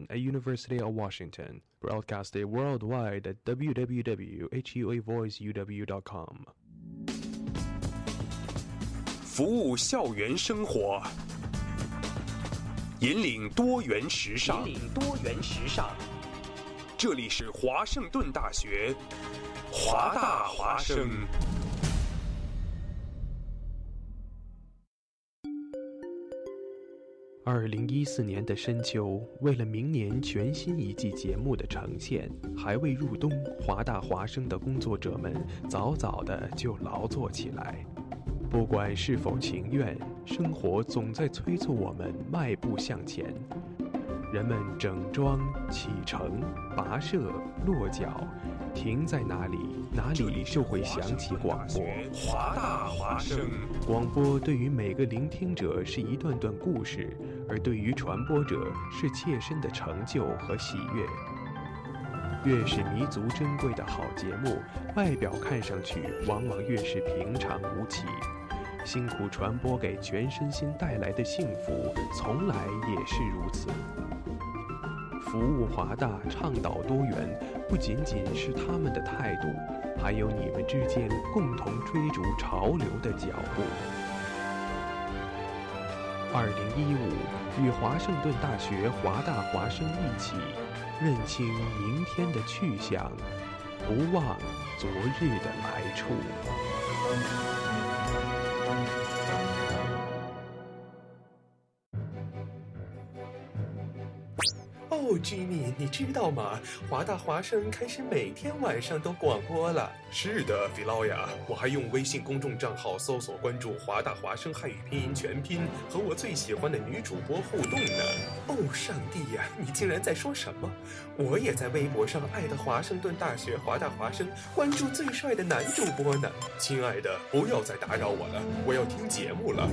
at University of Washington, broadcasted worldwide at www.huavoiceuw.com. 服务校园生活，引领多元时尚。这里是华盛顿大学，华大华生。 2014年的深秋，为了明年全新一季节目的呈现，还未入冬，华大华生的工作者们早早的就劳作起来。不管是否情愿，生活总在催促我们迈步向前。人们整装启程，跋涉落脚，停在哪里，哪里就会响起广播。 华大华生， 广播对于每个聆听者是一段段故事，而对于传播者是切身的成就和喜悦。越是弥足珍贵的好节目，外表看上去往往越是平常无奇。辛苦传播给全身心带来的幸福，从来也是如此。服务华大，倡导多元，不仅仅是他们的态度，还有你们之间共同追逐潮流的脚步。2015，与华盛顿大学华大华生一起，认清明天的去向，不忘昨日的来处。 哦，Jimmy，你知道吗？华大华生开始每天晚上都广播了。是的，菲劳呀，我还用微信公众账号搜索关注华大华生汉语拼音全拼，和我最喜欢的女主播互动呢。哦，上帝呀，你竟然在说什么？我也在微博上爱的华盛顿大学华大华生关注最帅的男主播呢。亲爱的，不要再打扰我了，我要听节目了。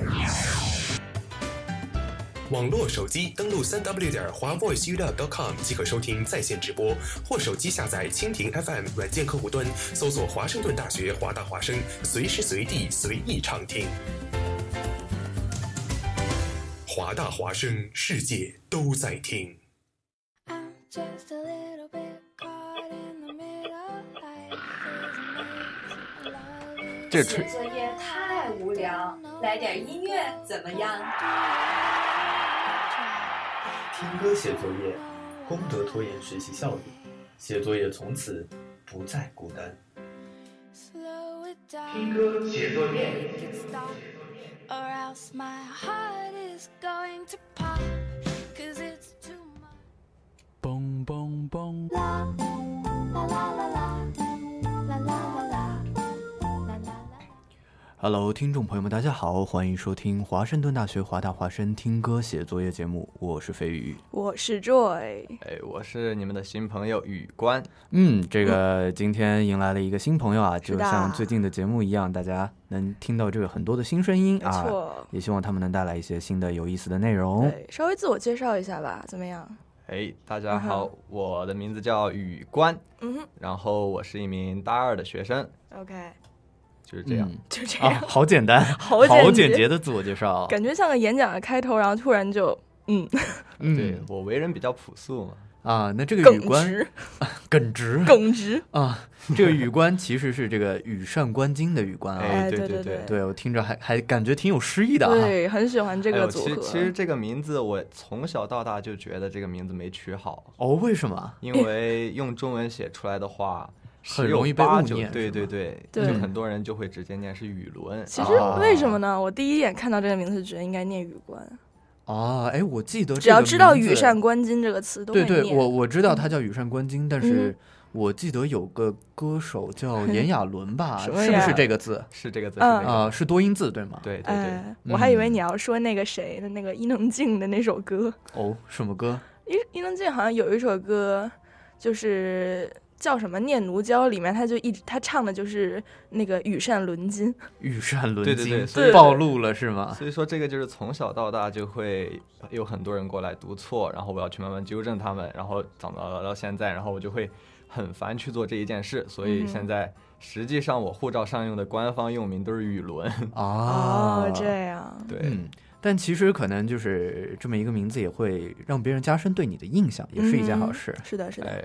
网络手机登录3w 华 voiceuw.com 即可收听在线直播，或手机下载蜻蜓 FM 软件客户端，搜索华盛顿大学华大华生，随时随地随意畅听。华大华生，世界都在听。 写作业太无聊，来点音乐怎么样？ 听歌写作业，功德拖延学习效率，写作业从此不再孤单。听歌写作业。 嘣嘣嘣！ 啦啦啦啦啦啦啦啦啦。 Hello， 听众朋友们，大家好，欢迎收听华盛顿大学华大华生听歌写作业节目，我是飞宇， 我是 Joy， 我是你们的新朋友宇官。 这个今天迎来了一个新朋友啊，就像最近的节目一样，大家能听到这个很多的新声音啊，没错，也希望他们能带来一些新的有意思的内容。 对，稍微自我介绍一下吧，怎么样？ 大家好，我的名字叫宇官，然后我是一名大二的学生。 OK。 就是这样， 就这样， 好简单，好简洁的自我介绍， 感觉像个演讲的开头，然后突然就， 对，我为人比较朴素嘛。 啊，那这个语官，耿直啊，这个语官其实是这个羽扇纶巾的羽官啊。对，我听着还感觉挺有诗意的啊。 对，很喜欢这个组合。 其实这个名字我从小到大就觉得这个名字没取好。 哦，为什么？ 因为用中文写出来的话。 很容易被误念， 对，就很多人就会直接念是语伦。 其实为什么呢？我第一眼看到这个名字，觉得应该念羽官。 啊，我记得只要知道羽扇纶巾这个词都会念。 对，我知道它叫羽扇纶巾，但是我记得有个歌手叫炎亚纶吧，是不是这个字？ 是这个字啊，是多音字对吗？ 对， 我还以为你要说那个谁的那个伊能静的那首歌。 哦，什么歌？ 伊能静好像有一首歌，就是叫什么《念奴娇》，里面他唱的就是那个羽扇纶巾。羽扇纶巾， 对， 暴露了是吗？ 所以说这个就是从小到大就会有很多人过来读错，然后我要去慢慢纠正他们，然后长到现在，然后我就会很烦去做这一件事，所以现在实际上我护照上用的官方用名都是语伦。 哦，这样。 对。 但其实可能就是这么一个名字也会让别人加深对你的印象，也是一件好事。 是的，是的。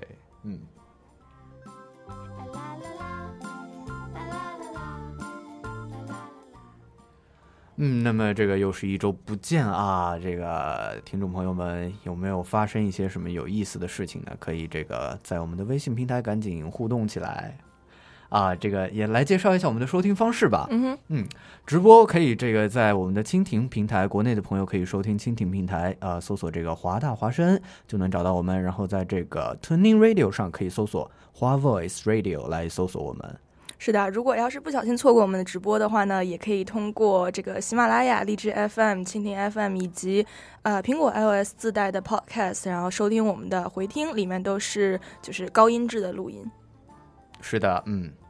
那么这个又是一周不见啊，这个听众朋友们有没有发生一些什么有意思的事情呢？可以这个在我们的微信平台赶紧互动起来啊！这个也来介绍一下我们的收听方式吧。直播可以这个在我们的蜻蜓平台，国内的朋友可以收听蜻蜓平台搜索这个华大华声就能找到我们，然后在这个 Tuning Radio 上可以搜索华 Voice Radio 来搜索我们。 是的，如果要是不小心错过我们的直播的话呢，也可以通过这个喜马拉雅、荔枝 FM、蜻蜓 FM 以及苹果 iOS 自带的 Podcast， 然后收听我们的回听，里面都是就是高音质的录音。 是的，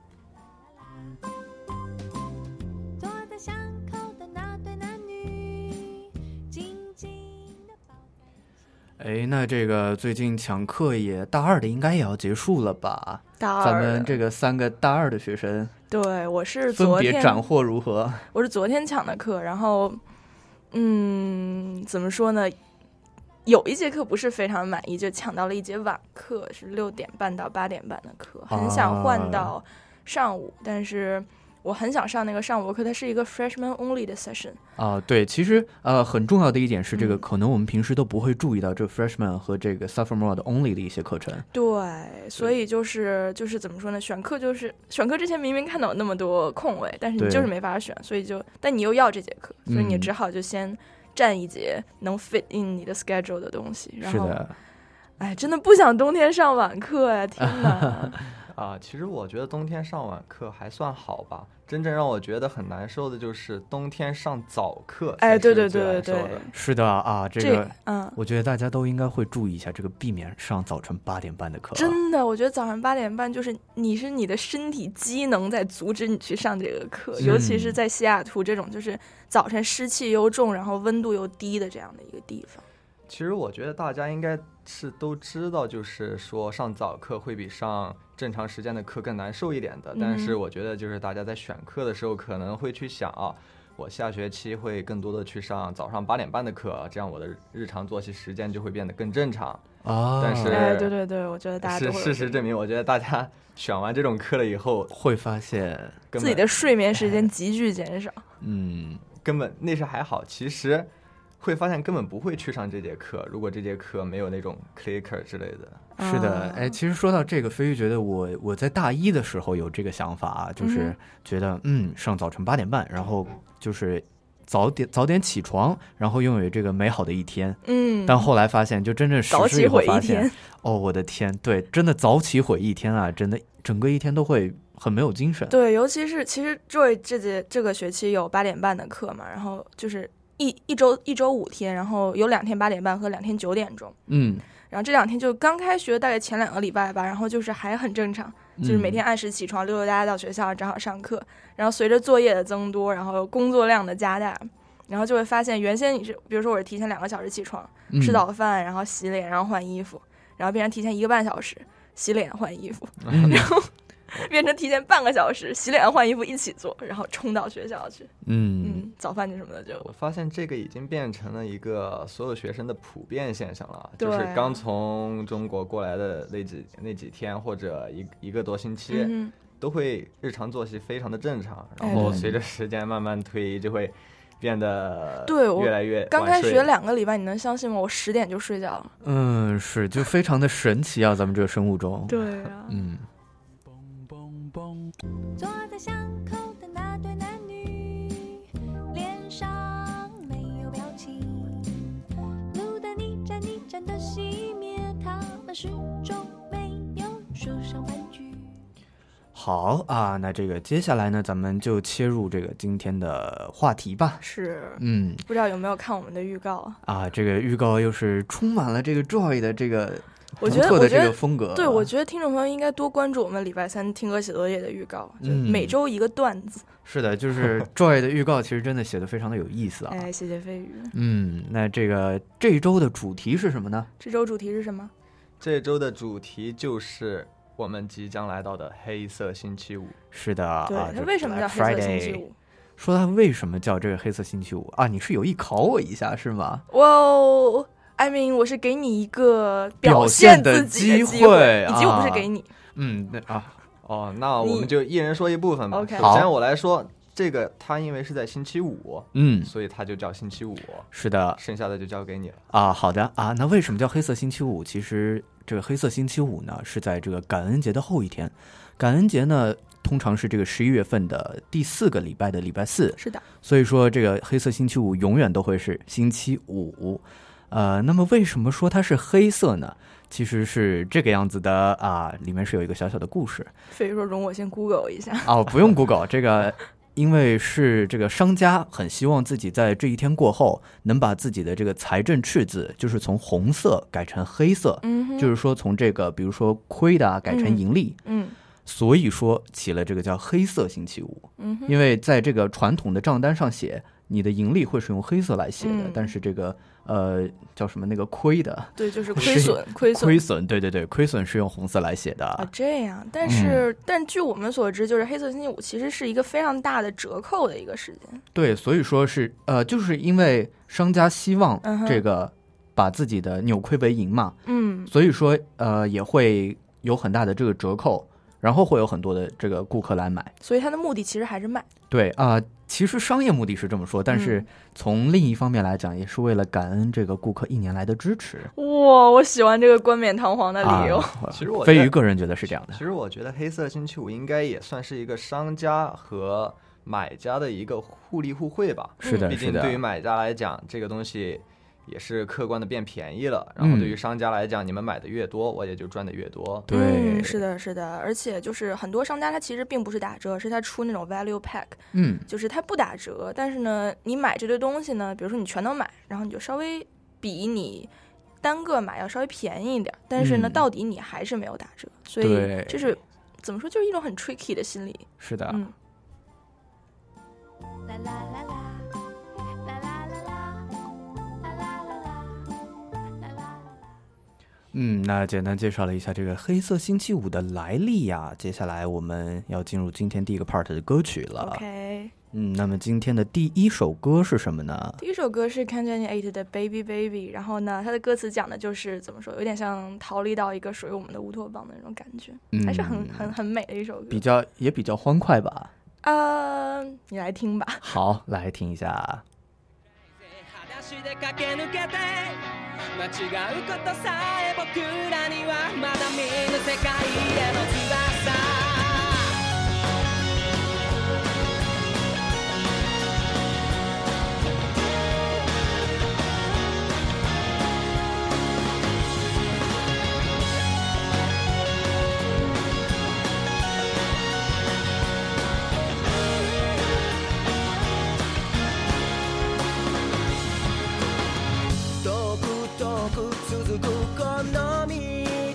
那这个最近抢课也大二的应该也要结束了吧？ 大二， 咱们这个3个大二的学生， 对，我是昨天分别斩获如何？ 我是昨天抢的课，然后怎么说呢？有一节课不是非常满意，就抢到了一节晚课，是6点半到8点半的课，很想换到上午，但是我很想上那个上午课，它是一个 freshman only 的 session 对，其实很重要的一点是这个，可能我们平时都不会注意到这 freshman 和这个 sophomore 的 only 的一些课程。 对，所以就是怎么说呢？选课之前明明看到有那么多空位，但是你就是没法选，所以但你又要这节课，所以你只好就先占一节能 fit in 你的 schedule 的东西。然后， 是的， 真的不想冬天上晚课呀！天哪！ 其实我觉得冬天上晚课还算好吧，真正让我觉得很难受的就是冬天上早课。 对， 是的这个我觉得大家都应该会注意一下，这个避免上早晨8点半的课。 真的，我觉得早上8点半就是你的身体机能在阻止你去上这个课，尤其是在西雅图这种就是早晨湿气又重，然后温度又低的这样的一个地方。 其实我觉得大家应该是都知道，就是说上早课会比上正常时间的课更难受一点的，但是我觉得就是大家在选课的时候可能会去想我下学期会更多的去上早上8点半的课，这样我的日常作息时间就会变得更正常但是对，我觉得大家都会事实证明，我觉得大家选完这种课了以后会发现自己的睡眠时间急剧减少。 根本那是还好，其实会发现根本不会去上这节课，如果这节课没有那种 clicker 之类的。 是的，其实说到这个，飞鱼觉得我在大一的时候有这个想法就是觉得上早晨8点半，然后就是早点起床，然后拥有这个美好的一天。但后来发现，就真正实施以后发现，我的天，对，真的早起毁一天真的整个一天都会很没有精神。 对，尤其是其实Joy这个学期有8点半的课嘛，然后就是一周5天，然后有2天8点半和2天9点钟。然后这2天就刚开学，大概前2个礼拜吧，然后就是还很正常，就是每天按时起床，溜溜达达到学校，正好上课。然后随着作业的增多，然后工作量的加大，然后就会发现，原先你是，比如说我是提前2个小时起床，吃早饭，然后洗脸，然后换衣服，然后变成提前1个半小时洗脸换衣服，然后变成提前半个小时洗脸换衣服一起做，然后冲到学校去。早饭就什么的就。 我发现这个已经变成了一个所有学生的普遍现象了，就是刚从中国过来的那几天或者一个多星期，都会日常作息非常的正常，然后随着时间慢慢推移，就会变得越来越晚睡。 刚开学2个礼拜，你能相信吗？我10点就睡觉了。 是，就非常的神奇啊，咱们这个生物钟。 对啊。 坐在巷口的那对男女，脸上没有表情，路灯一盏一盏的熄灭，他们始终没有说上半句。 好那这个接下来呢，咱们就切入这个今天的话题吧。 是，不知道有没有看我们的预告这个预告又是充满了这个 Joy 的这个我觉得这个风格。 对，我觉得听众朋友应该多关注我们礼拜3听歌写作业的预告，就每周一个段子。 是的，就是 Joy 的预告其实真的写得非常的有意思谢谢飞鱼。 那这一周的主题是什么呢？ 这周主题是什么？ 这周的主题就是我们即将来到的黑色星期五。 是的对，它为什么叫黑色星期五？ 说它为什么叫这个黑色星期五啊？你是有意考我一下是吗？ 哇哦，I mean， 我是给你一个表现自己的机会， 以及我不是给你。 那我们就一人说一部分吧。 Okay. 首先我来说，这个它因为是在星期五，所以它就叫星期五。 是的， 剩下的就交给你了啊。好的啊，那为什么叫黑色星期五？其实这个黑色星期五呢，是在这个感恩节的后一天。感恩节呢，通常是这个11月份的第4个礼拜的礼拜四。 是的， 所以说这个黑色星期五永远都会是星期五。那么为什么说它是黑色呢？其实是这个样子的啊，里面是有一个小小的故事。 所以说容我先 Google 一下。 不用 Google 这个。因为是这个商家很希望自己在这一天过后能把自己的这个财政赤字就是从红色改成黑色，就是说从这个比如说亏的改成盈利，所以说起了这个叫黑色星期五。因为在这个传统的账单上写你的盈利会是用黑色来写的，但是这个叫什么那个亏的， 对，就是亏损， 对，亏损是用红色来写的啊。这样，但据我们所知，就是黑色星期五其实是一个非常大的折扣的一个时间。 对，所以说是就是因为商家希望这个把自己的扭亏为盈嘛，所以说也会有很大的这个折扣，然后会有很多的这个顾客来买， 所以它的目的其实还是卖。 对其实商业目的是这么说，但是从另一方面来讲，也是为了感恩这个顾客1年来的支持。 哇，我喜欢这个冠冕堂皇的理由。 其实我飞鱼个人觉得是这样的。 其实我觉得黑色星期五应该也算是一个商家和买家的一个互利互惠吧。 是的， 毕竟对于买家来讲，这个东西也是客观的变便宜了，然后对于商家来讲，你们买的越多，我也就赚的越多。 对， 是的，而且就是很多商家他其实并不是打折，是他出那种 value pack，就是他不打折，但是呢，你买这堆东西呢，比如说你全都买，然后你就稍微比你单个买要稍微便宜一点，但是呢，到底你还是没有打折，所以这是怎么说，就是一种很 tricky 的心理。 是的， 啦啦啦啦。 那简单介绍了一下这个黑色星期五的来历呀。接下来我们要进入今天第一个 part 的歌曲了。 OK。 那么今天的第一首歌是什么呢？ 第一首歌是 Kanye West 的 Baby Baby， 然后呢，它的歌词讲的就是怎么说，有点像逃离到一个属于我们的乌托邦的那种感觉，还是很美的一首歌， 也比较欢快吧。 你来听吧。 好，来听一下。 間違うことさえ僕らにはまだ見ぬ世界への翼続くこの道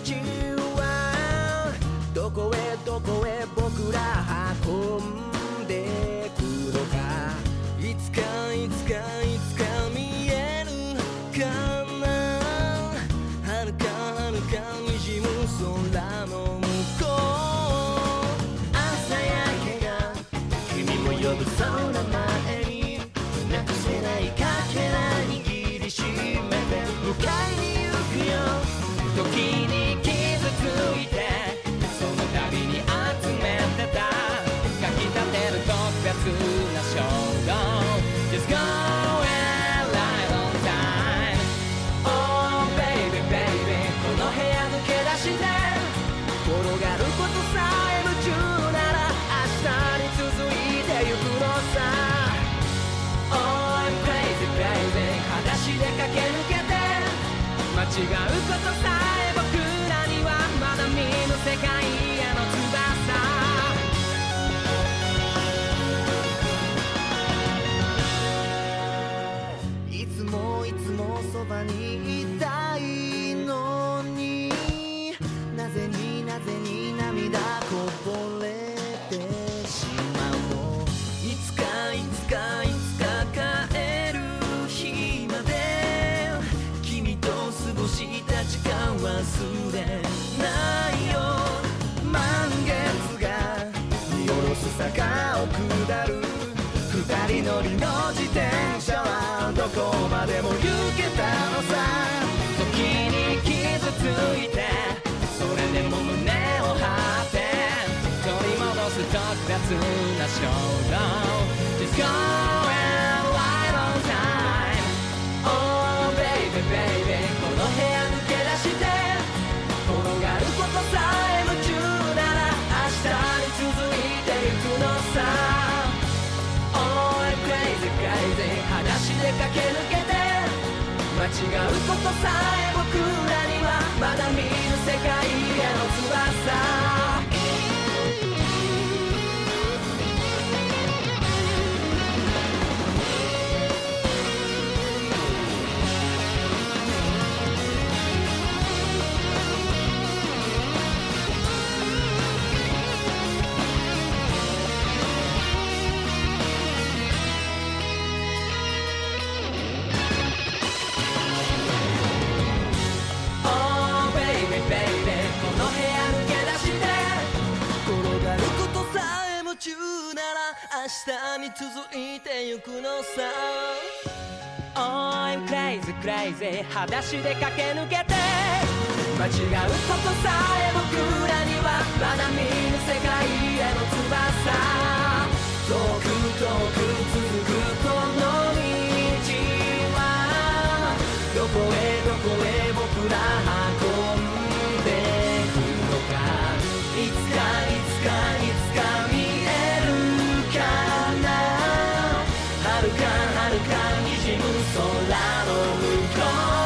はどこへ僕ら運んでくのかいつか見えるかな遥かにじむ空の向こう朝焼けが君も呼ぶ空前になくせないかけら握りしめて迎えに時に傷ついてその度に集めてたかきたてる特別な衝動 Just go and ride on time Oh baby baby この部屋抜け出して転がることさえ夢中なら明日に続いてゆくのさ Oh I'm crazy crazy 裸足で駆け抜けて間違うことさえ僕らにはまだ見ぬ世界への翼いつもそばにいたいのになぜに涙こぼれてしまうのいつか帰る日まで君と過ごした時間忘れないよ満月が見下ろす坂を下る二でも行けたのさ時に傷ついてそれでも胸を張って取り戻す特別な衝動 Just go and ride on time Oh baby baby この部屋抜け出して転がることさえ夢中なら明日に続いてゆくのさ Oh I'm crazy crazy 裸足で駆け抜けて間違うことさえ僕らにはまだ見ぬ世界への翼明日に続いてゆくのさ Oh I'm crazy crazy 裸足で駆け抜けて間違うことさえ僕らにはまだ見ぬ世界への翼遠く遠く続くこの道はどこへ僕ら運んでくのかいつか見えるかな遥かにじむ空の向こう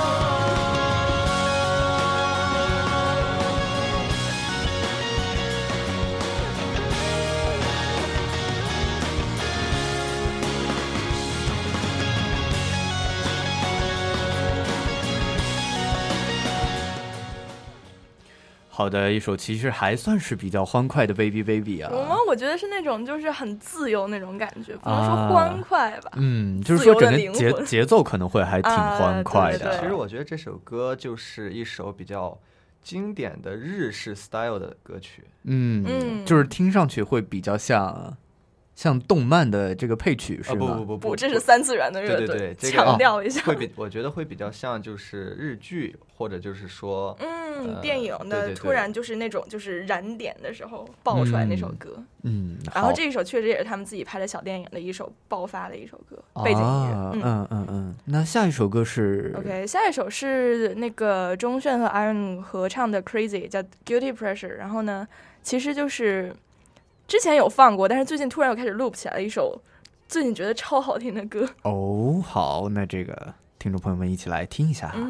好的一首其实还算是比较欢快的 Baby Baby 啊。 我觉得是那种就是很自由那种感觉，不能说欢快吧。 就是说整个节奏可能会还挺欢快的。 对对对其实我觉得这首歌就是一首比较经典的日式 style 的歌曲。 就是听上去会比较像动漫的这个配曲是吗？ 不，这是三次元的乐队。 对，这个强调一下， 我觉得会比较像就是日剧，或者就是说电影的对突然就是那种就是燃点的时候爆出来那首歌。然后这一首确实也是他们自己拍的小电影的一首爆发的一首歌，背景音乐。那下一首歌是 OK， 下一首是那个钟铉和 Iron 合唱的 Crazy， 叫 Guilty Pleasure。然后呢，其实就是之前有放过，但是最近突然又开始 loop 起来了一首最近觉得超好听的歌。 好，那这个听众朋友们一起来听一下。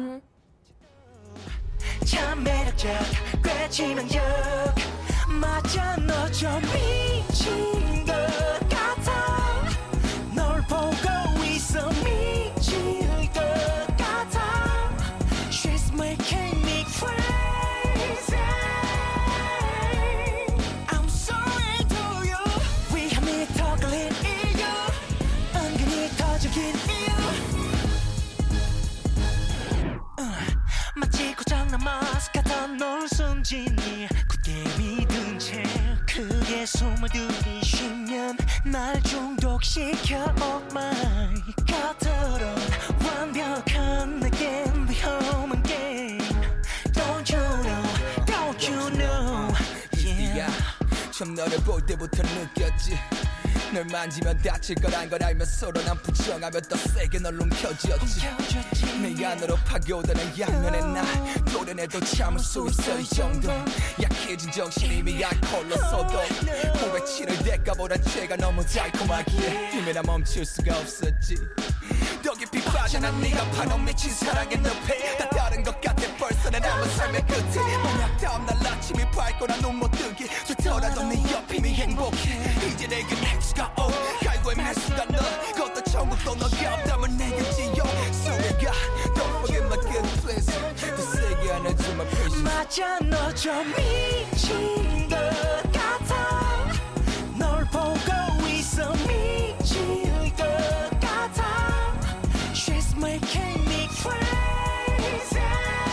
마치 고장난 마스크던 널 순진히 굳게 믿은 채 크게 숨을 들이쉬면 날 중독시켜 Oh my 겉으론 완벽한 내겐 위험한 게임 Don't you know Yeah 처음 너를 볼 때부터 느꼈지 널 만지면 다칠 거란 걸 알면 서로 난 부정하며 더 세게 널 움켜쥐었지 내 안으로 파고드는 양면에 나 도련해도 참을 수 있어 이 정도 약해진 정신이 이미 알코올로 쏟고 고백치를 대가보다 죄가 너무 달콤하기에 이미 나 멈출 수가 없었지 더 깊이 빠져난 네가 파놓은 미친 사랑의 늪에 다 다른 것 같아 벌써 내 남은 삶의 끝에 만약 다음날 아침이 밝고 난 눈 못 뜨기 좋더라도 네 옆이 미 행복해 이제 내겐 행수가 갈고의 매수가 너 그것도 천국도 너가 없다면 내겐 지옥 소리가 Don't forget my good pleasure 더 세게 안아줘 my precious 맞아 너 좀 미친 것 같아 널 보고 있어 미칠 것 같아 She's making me crazy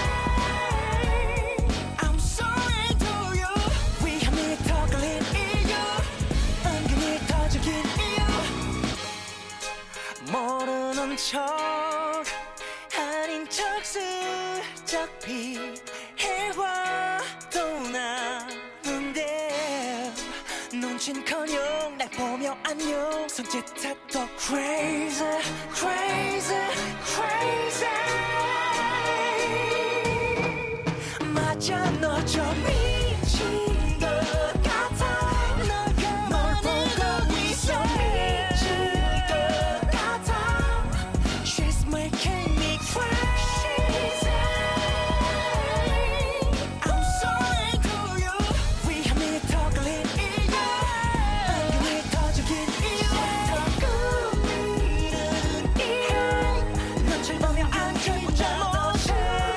I'm sorry to you 위험이 더 걸린 이유 은근히 터져긴 이유 모르는 척 정신커녕 날 보며 안녕 손짓해도 crazy crazy crazy 맞아 너 좀 미친 것 같아 널 보고 있어 미친 것 같아 She's making me crazy I'm sorry to you 위험이 더 걸린 이유 안경이 터져긴 이유 더 꾸미는 이유 눈치 보며 안 들고 잘못해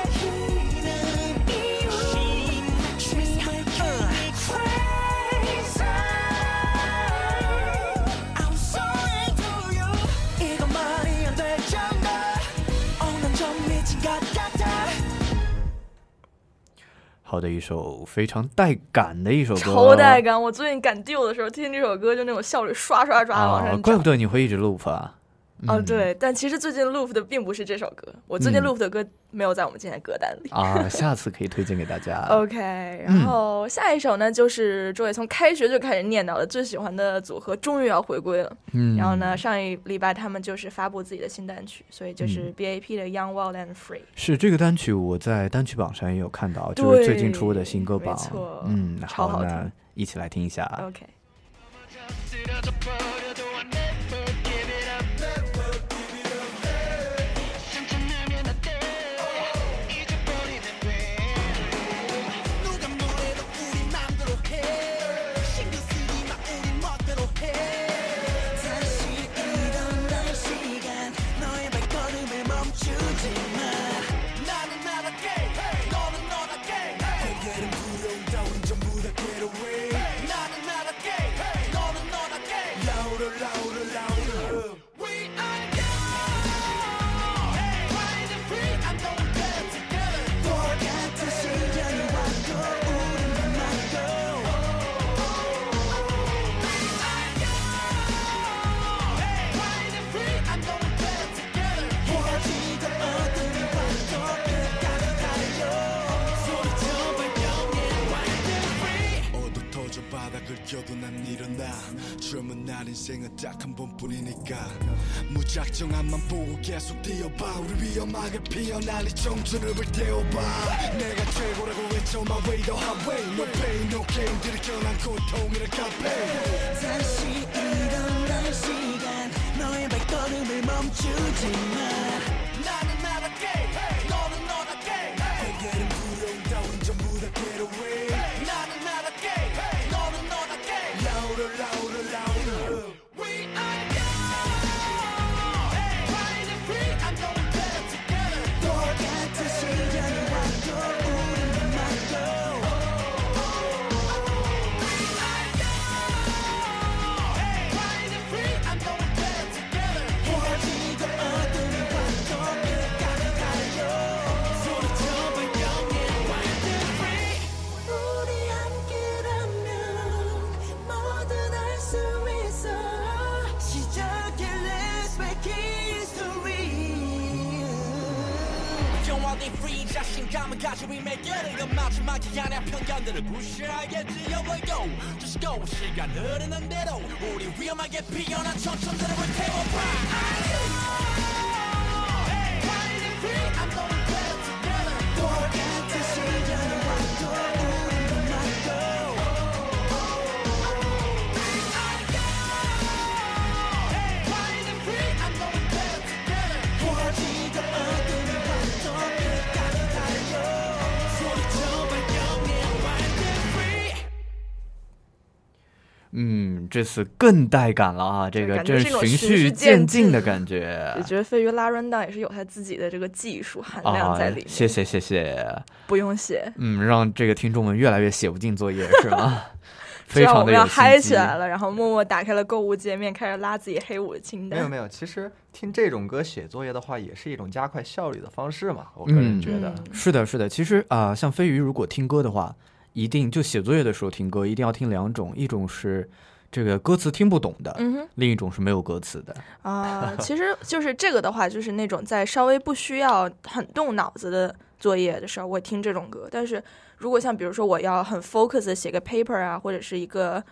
好的一首非常带感的一首歌， 超带感。我最近赶 due 的时候听这首歌，就那种效率刷刷刷往上涨。 怪不得你会一直 loop 啊。 对，但其实最近 loop 的并不是这首歌，我最近 loop 的歌没有在我们今天的歌单里下次可以推荐给大家。 OK， 然后下一首呢，就是周也从开学就开始念叨的最喜欢的组合终于要回归了。然后呢，上一礼拜他们就是发布自己的新单曲，所以就是 BAP 的 Young Wild and Free。 是这个单曲我在单曲榜上也有看到，就是最近出的新歌榜。 没错， 超好听，那一起来听一下。 OK。 겨도 난 일어나 젊은 날 인생은 딱 한 번뿐이니까 무작정 앞만 보고 계속 뛰어봐 우리 위험하게 피어난 이 청춘을 불태워봐 내가 최고라고 외쳐 my way the highway no pain no gain 들이켜 난 고통이라 카페 다시 일어날 시간 너의 발걸음을 멈추지 마 나는 나답게 너는 너답게 내게는 두려움 따윈 전부 다 get away 나는 나답게 너는 너답게 louder louder louder we are young wild and free I know we're better together 똑같은 시간이 와도 우린 맞고 we are young wild and free I know we're better together 헤어지고 어둠이 와도 끝까지 달려 소리쳐 발견해 wild and free 우리 함께라면 뭐든 할 수 있어 시작해 let's make history 영원히 free 자신감을 가져 we make it 이건 마지막이 아니야 편견들을 무시하겠지 Here we go just go 시간 흐르는 대로 우리 위험하게 피어난 청춘들을 불태워봐 wild and free I know we're better together 똑같은 시간이 와도 우린 맞고 这次更带感了啊！这个真是循序渐进的感觉。 我觉得飞鱼拉 run down 也是有他自己的这个技术含量在里面。 谢谢谢谢， 不用谢。 让这个听众们越来越写不进作业是吗？非常的有心机。我们要嗨起来了，然后默默打开了购物界面，开始拉自己黑五的清单。 没有，其实听这种歌写作业的话，也是一种加快效率的方式嘛。我个人觉得， 是的，是的。其实像飞鱼如果听歌的话，一定就写作业的时候听歌，一定要听两种，一种是这个歌词听不懂的，另一种是没有歌词的其实就是这个的话，就是那种在稍微不需要很动脑子的作业的时候，我会听这种歌。但是如果像比如说我要很 focus 的写个 paper 啊，或者是一个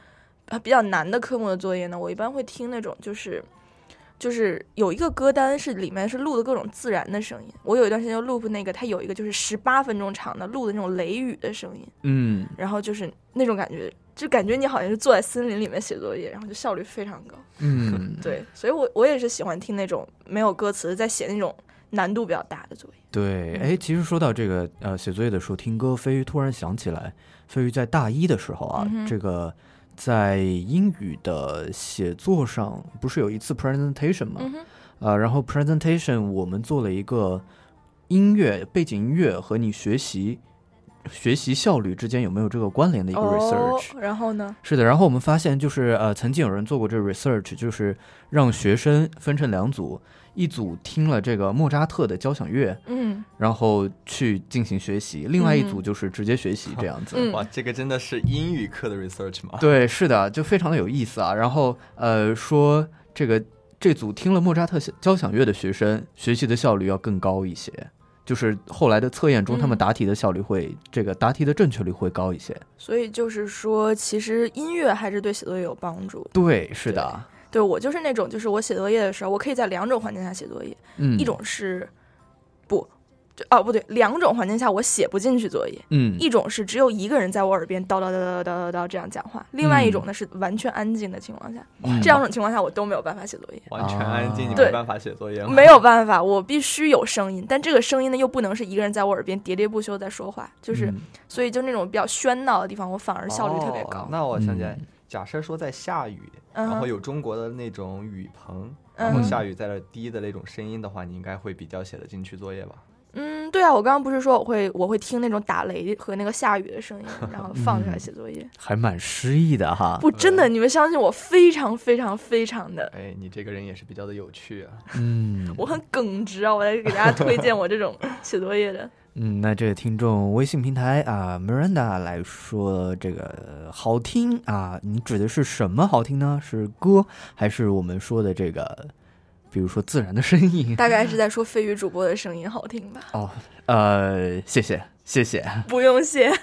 比较难的科目的作业呢，我一般会听那种就是有一个歌单是里面是录的各种自然的声音。我有一段时间就 loop 那个，它有一个就是18分钟长的录的那种雷雨的声音，然后就是那种感觉，就感觉你好像是坐在森林里面写作业，然后就效率非常高。对，所以我也是喜欢听那种没有歌词，在写那种难度比较大的作业。 对，其实说到这个写作业的时候听歌，飞鱼突然想起来，飞鱼在大一的时候啊，这个在英语的写作上不是有一次 presentation 吗？然后 presentation 我们做了一个背景音乐和你学习效率之间有没有这个关联的一个 research。 然后呢？ 是的，然后我们发现就是曾经有人做过这个 research， 就是让学生分成2组，一组听了这个莫扎特的交响乐，然后去进行学习，另外一组就是直接学习这样子。 哇，这个真的是英语课的 research 吗？ 对，是的，就非常的有意思啊。然后说这组听了莫扎特交响乐的学生学习的效率要更高一些。就是后来的测验中，他们答题的效率会，这个答题的正确率会高一些。 所以就是说，其实音乐还是对写作业有帮助。 对，是的。 对，我就是那种，就是我写作业的时候，我可以在2种环境下写作业。一种是不对，2种环境下我写不进去作业。一种是只有一个人在我耳边叨叨叨叨叨叨叨这样讲话，另外一种呢是完全安静的情况下。这2种情况下我都没有办法写作业。 完全安静，你没办法写作业吗？ 没有办法，我必须有声音，但这个声音呢又不能是一个人在我耳边喋喋不休在说话，就是所以就那种比较喧闹的地方，我反而效率特别高。 那我想起来，假设说在下雨，然后有中国的那种雨棚，然后下雨在那滴的那种声音的话，你应该会比较写得进去作业吧？ 对啊，我刚刚不是说我会听那种打雷和那个下雨的声音，然后放出来写作业， 还蛮诗意的哈。 不，真的，你们相信我，非常非常非常的。 你这个人也是比较的有趣啊。 我很耿直啊，我来给大家推荐我这种写作业的。 那这个听众微信平台啊 Miranda 来说这个好听啊，你指的是什么好听呢？是歌还是我们说的这个？比如说自然的声音， 大概是在说飞鱼主播的声音好听吧。 谢谢， 不用谢。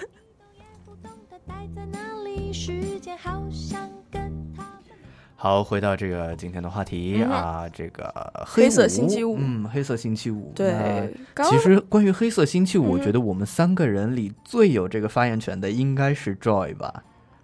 好，回到这个今天的话题这个黑色星期五。 黑色星期五。 对， 其实关于黑色星期五，我觉得我们3个人里最有这个发言权的应该是 Joy 吧。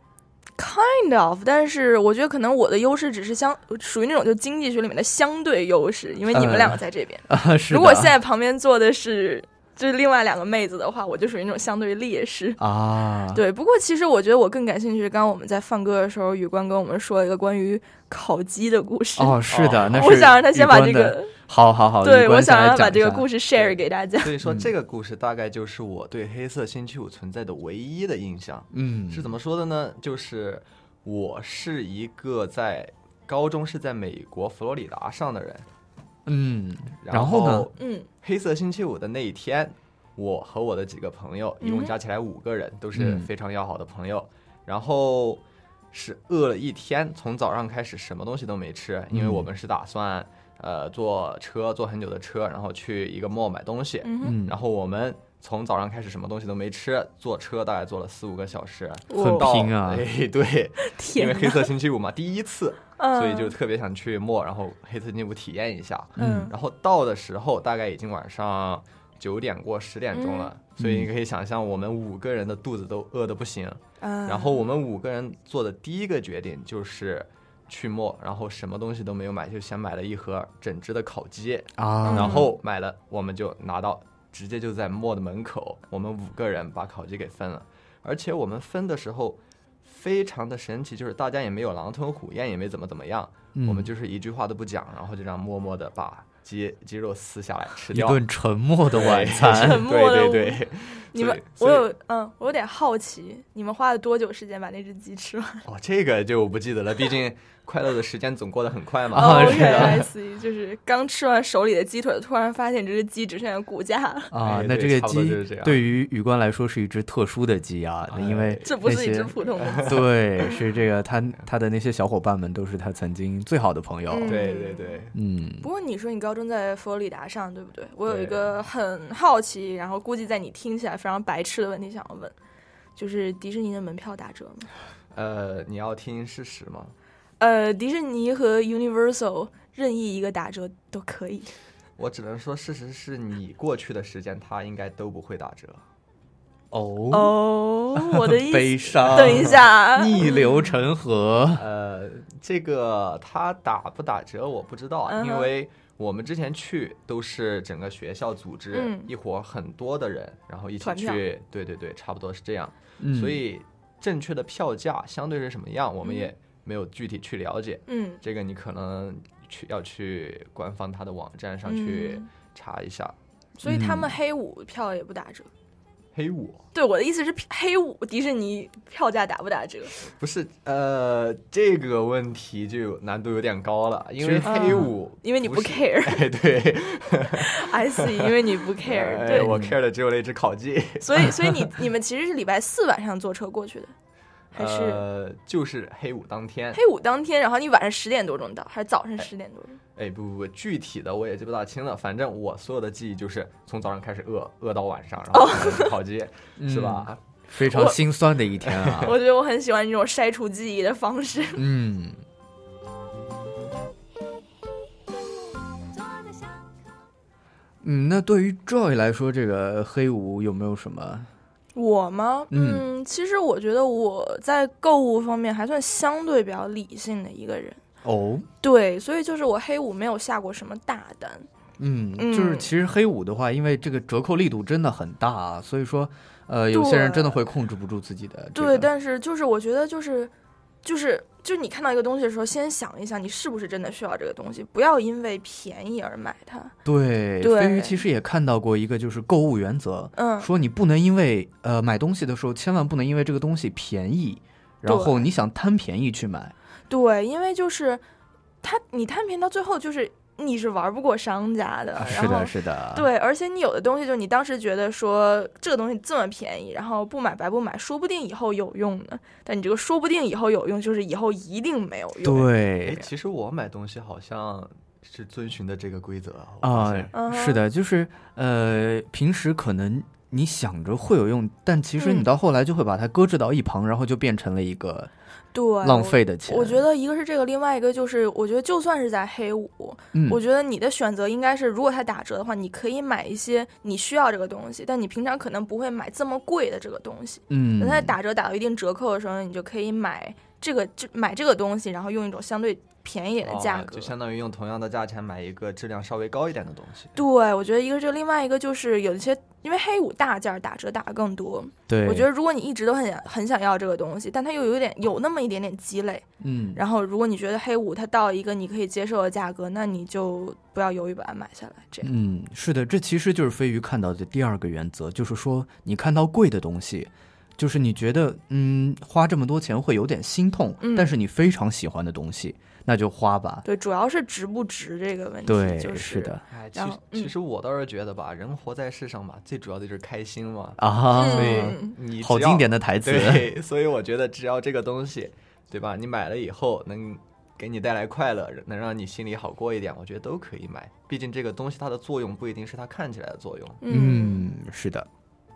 Kind of， 但是我觉得可能我的优势只是属于那种就经济学里面的相对优势，因为你们2个在这边。如果现在旁边坐的是就是另外2个妹子的话，我就属于那种相对劣势啊。对，不过其实我觉得我更感兴趣。刚刚我们在放歌的时候，宇官跟我们说了一个关于烤鸡的故事。 是的，那是我想让他先把这个。 好， 对，我想让他把这个故事 share 给大家。 所以说这个故事大概就是我对黑色星期五存在的唯一的印象。是怎么说的呢？就是我是一个在高中是在美国佛罗里达上的人。然后呢？黑色星期五的那一天，我和我的几个朋友，一共加起来5个人，都是非常要好的朋友。然后是饿了一天，从早上开始什么东西都没吃，因为我们是打算坐很久的车，然后去一个 mall 买东西。然后我们从早上开始什么东西都没吃，坐车大概坐了4-5个小时， 很拼啊。 对，因为黑色星期五嘛，第一次，所以就特别想去 mall，然后黑色星期五体验一下。然后到的时候大概已经晚上9点过10点钟了，所以你可以想象我们5个人的肚子都饿得不行。然后我们5个人做的第一个决定就是去 mall，然后什么东西都没有买，就先买了一盒整只的烤鸡然后买了，我们就拿到，直接就在 mall 的门口，我们5个人把烤鸡给分了。而且我们分的时候非常的神奇，就是大家也没有狼吞虎咽，也没怎么样，我们就是一句话都不讲，然后就这样默默的把鸡肉撕下来吃掉， 一顿沉默的晚餐。 对。 你们，我有点好奇，你们花了多久时间把那只鸡吃完？ 这个就我不记得了，毕竟快乐的时间总过得很快嘛。 OK，I see， 就是刚吃完手里的鸡腿，突然发现这只鸡只剩下骨架了。 那这个鸡对于宇官来说是一只特殊的鸡啊，因为这不是一只普通的鸡。 对，是这个他的那些小伙伴们都是他曾经最好的朋友。 对。 不过你说你高中在佛罗里达上，对不对？我有一个很好奇，然后估计在你听起来非常白痴的问题想要问，就是迪士尼的门票打折吗？ 你要听事实吗？ 迪士尼和 Universal 任意一个打折都可以。 我只能说，事实是你过去的时间，它应该都不会打折。 我的意思， 悲伤。 等一下， 逆流成河。 这个它打不打折我不知道，因为我们之前去都是整个学校组织一伙很多的人，然后一起去，对，差不多是这样。所以正确的票价相对是什么样，我们也没有具体去了解。这个你可能要去官方它的网站上去查一下。 所以他们黑五票也不打折。 黑五？ 对，我的意思是黑五迪士尼票价打不打折？ 不是，这个问题就难度有点高了，因为黑五， 因为你不 care。 对 I see， 因为你不 care。对， 我 care 的只有那只烤鸡。所以你们其实是礼拜4晚上坐车过去的，还是就是黑五当天？ 黑五当天，然后你晚上10点多钟到，还是早上10点多钟？ 不，具体的我也记不大清了。反正我所有的记忆就是从早上开始饿到晚上，然后吃烤鸡，是吧？ 非常心酸的一天啊！ 我觉得我很喜欢这种筛除记忆的方式。 那对于 Joy 来说，这个黑五有没有什么？ 我吗？其实我觉得我在购物方面还算相对比较理性的一个人。对，所以就是我黑五没有下过什么大单。 就是其实黑五的话，因为这个折扣力度真的很大啊，所以说有些人真的会控制不住自己的。 对，但是就是我觉得就是你看到一个东西的时候，先想一想你是不是真的需要这个东西，不要因为便宜而买它。 对，飞鱼其实也看到过一个就是购物原则，说你不能因为买东西的时候千万不能因为这个东西便宜，然后你想贪便宜去买。 对，因为就是你贪便宜到最后就是你是玩不过商家的。 是的。 对，而且你有的东西就是你当时觉得说这个东西这么便宜，然后不买白不买，说不定以后有用呢。但你这个说不定以后有用，就是以后一定没有用。 对， 其实我买东西好像是遵循的这个规则是的，就是平时可能你想着会有用，但其实你到后来就会把它搁置到一旁，然后就变成了一个浪费的钱。 我觉得一个是这个，另外一个就是我觉得就算是在黑五，我觉得你的选择应该是，如果它打折的话，你可以买一些你需要这个东西，但你平常可能不会买这么贵的这个东西。等它打折打到一定折扣的时候，你就可以买这个东西，然后用一种相对便宜点的价格， 就相当于用同样的价钱买一个质量稍微高一点的东西。 对，我觉得一个是这个，另外一个就是有一些因为黑五大件打折打得更多。 对， 我觉得如果你一直都很想要这个东西，但它又有那么一点点积累，然后如果你觉得黑五它到一个你可以接受的价格，那你就不要犹豫把它买下来。这样， 是的，这其实就是飞鱼看到的第二个原则，就是说你看到贵的东西，就是你觉得花这么多钱会有点心痛，但是你非常喜欢的东西，那就花吧。 对，主要是值不值这个问题。 对， 是的。 其实我倒是觉得吧，人活在世上吧，最主要的就是开心嘛。 所以你好经典的台词。 对，所以我觉得只要这个东西，对吧？你买了以后能给你带来快乐，能让你心里好过一点，我觉得都可以买。毕竟这个东西它的作用不一定是它看起来的作用。 是的。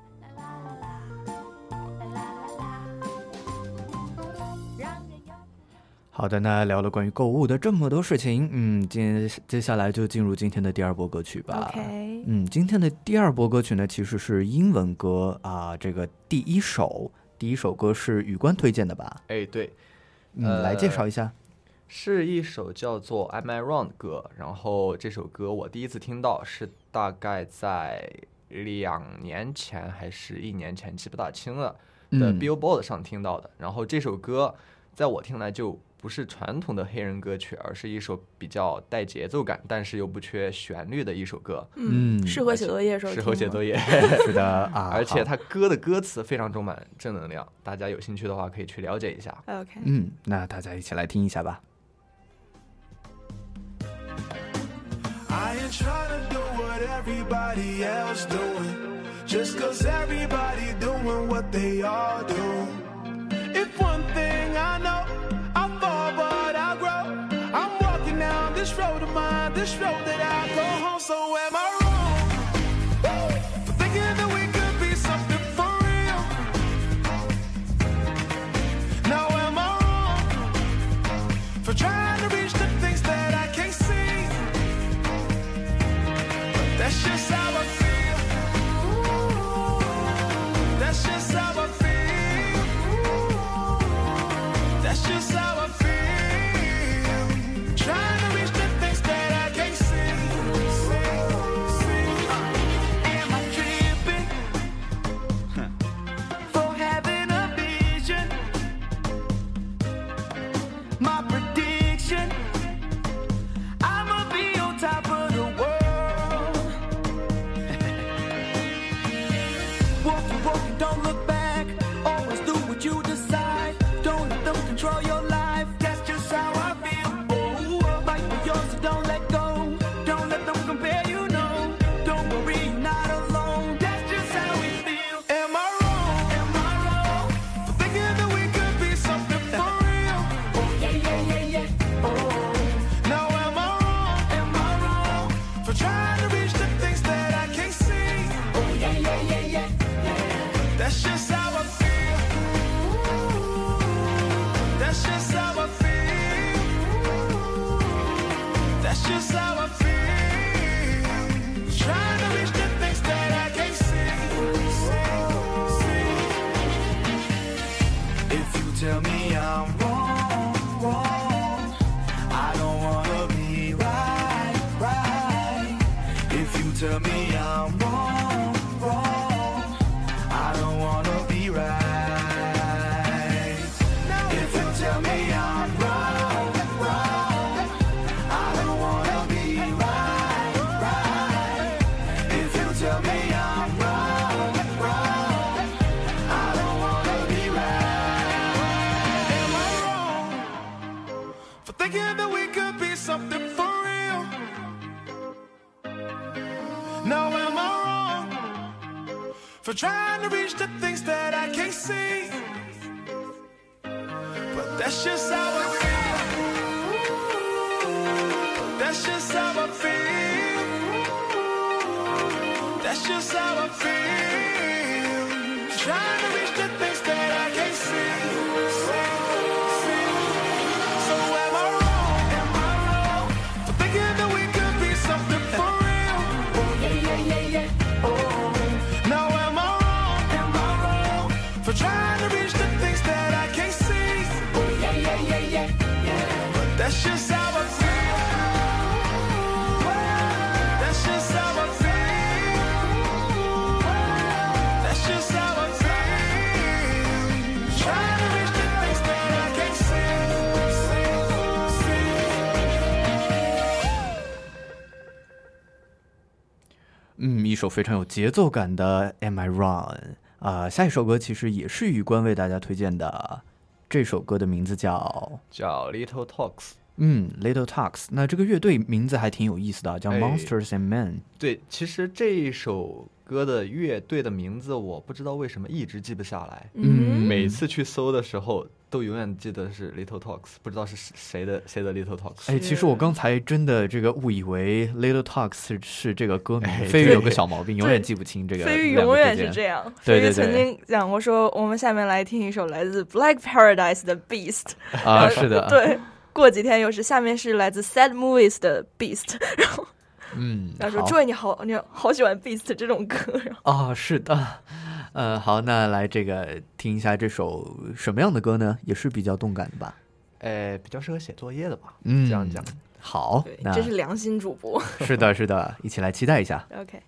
好的，那聊了关于购物的这么多事情，接下来就进入今天的第二波歌曲吧。今天的第二波歌曲呢，其实是英文歌啊，这个第一首歌是宇官推荐的吧？ 对， 来介绍一下。 是一首叫做 Am I Wrong 的歌，然后这首歌我第一次听到是大概在2年前还是1年前，记不大清了的 Billboard 上听到的。然后这首歌在我听来就不是传统的黑人歌曲，而是一首比较带节奏感但是又不缺旋律的一首歌。 适合写作业的时候听。 适合写作业。 是的啊， 而且它歌的歌词非常充满正能量，大家有兴趣的话可以去了解一下。 那大家一起来听一下吧。 I ain't trying to do what everybody else doing, just cause everybody doing what they all do. If one thing I know, I fall but I grow. I'm walking down this road of mine, this road that I go home. So am I wrong for thinking that we could be something for real? Now am tell me I'm wrong, wrong, I don't wanna be right, right. If you tell me I'm wrong, wrong, I don't wanna be right. If you tell me I'm wrong, wrong, I don't wanna be right, right. If you tell me I'm wrong, wrong, I don't wanna be right. Am I wrong for thinking that we could be something for real? Now am I wrong for trying to reach the things that I can't see? But that's just how I feel. That's just how I feel. That's just how I feel. Trying to reach the things that I can't see. So am I wrong for thinking that we could be something for real? Oh yeah. Oh. Now am I wrong for trying to reach the things that I can't see? Oh yeah. But that's just how I feel. That's just how I feel. That's just how I feel. Trying to reach the things that I can't see. 一首非常有节奏感的 Am I Wrong 下一首歌其实也是宇官为大家推荐的，这首歌的名字叫 Little Talks。 Little Talks。那这个乐队名字还挺有意思的，叫 Monsters and Men。 对，其实这一首歌的乐队的名字我不知道为什么一直记不下来，每次去搜的时候都永远记得是 Little Talks， 不知道是谁的 Little Talks。 其实我刚才真的这个误以为 Little Talks 是这个歌名，飞鱼有个小毛病，永远记不清这个。 飞鱼永远是这样。 对， 飞鱼曾经讲过说，我们下面来听一首来自 Black Paradise 的 Beast。 是的。 对，过几天又是下面是来自 Sad Movies 的 Beast， 然后。他说：“诸位，你好喜欢 Beast 这种歌。” 是的，好，那来这个听一下这首什么样的歌呢？也是比较动感的吧？ 比较适合写作业的吧？这样讲。 好，那这是良心主播。 是的，是的，一起来期待一下。 OK。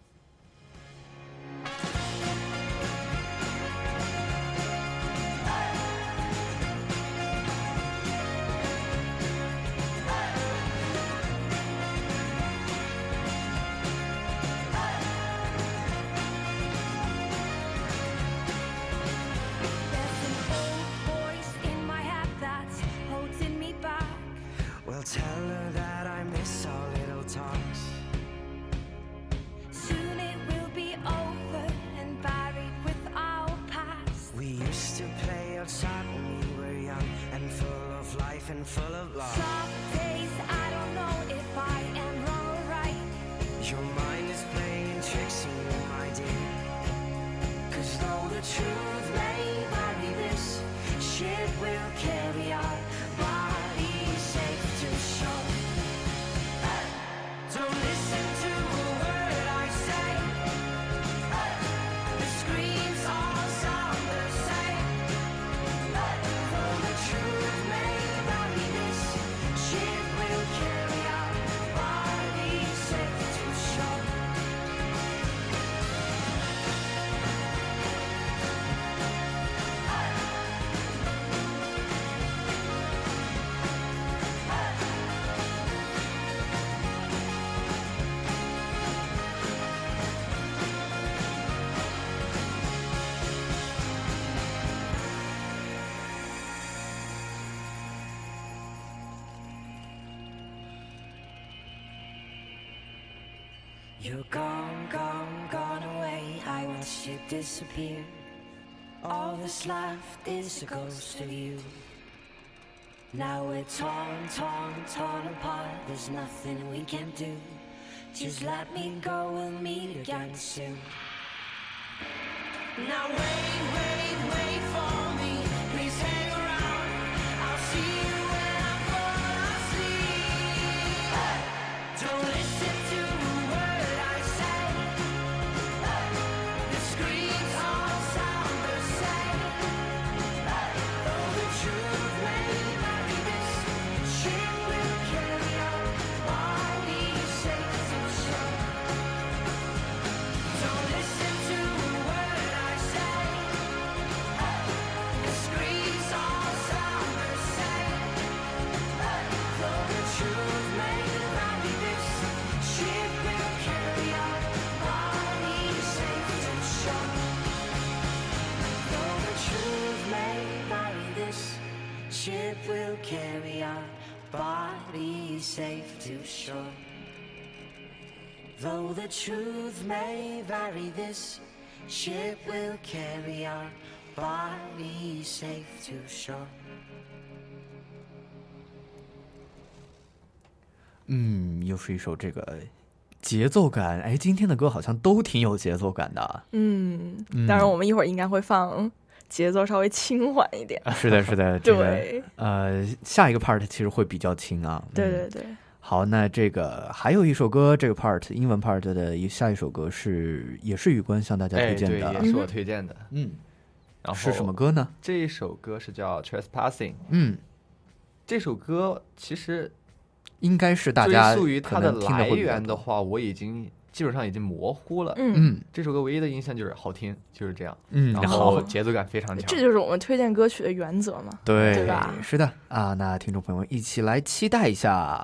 Tell her that I miss our little talks. Soon it will be over and buried with our past. We used to play outside when we were young and full of life and full of love. Some days I don't know if I am wrong or right. Your mind is playing tricks on you, my dear. 'Cause though the truth may vary, this ship will carry our bodies safe to shore. Don't listen to a word I say. The screams all sound the same. Though the truth may vary, this ship will carry our bodies safe to shore. You're gone, gone, gone away. I watched you disappear. All that's left is a ghost of you. Now we're torn, torn, torn apart. There's nothing we can do. Just let me go, we'll meet again soon. Now wait, wait, wait for me. Please hang around. I'll see you when I fall asleep. Don't listen to a word I say. The screams all sound the same. Though the truth ship will carry our bodies safe to shore. Though the truth may vary, this ship will carry our bodies safe to shore. 又是一首这个节奏感，哎，今天的歌好像都挺有节奏感的。 当然我们一会儿应该会放节奏稍微轻缓一点。 是的，是的， 对， 下一个 part 其实会比较轻啊。 对对对。 好，那这个还有一首歌，这个 part 英文 part 的下一首歌也是宇官向大家推荐的， 对，也是我推荐的。然后是什么歌呢？ 这一首歌是叫 Trespassing。这首歌其实应该是大家追溯于它的来源的话，我基本上已经模糊了。这首歌唯一的印象就是好听，就是这样。然后节奏感非常强。 这就是我们推荐歌曲的原则嘛， 对吧？ 是的啊，那听众朋友们一起来期待一下。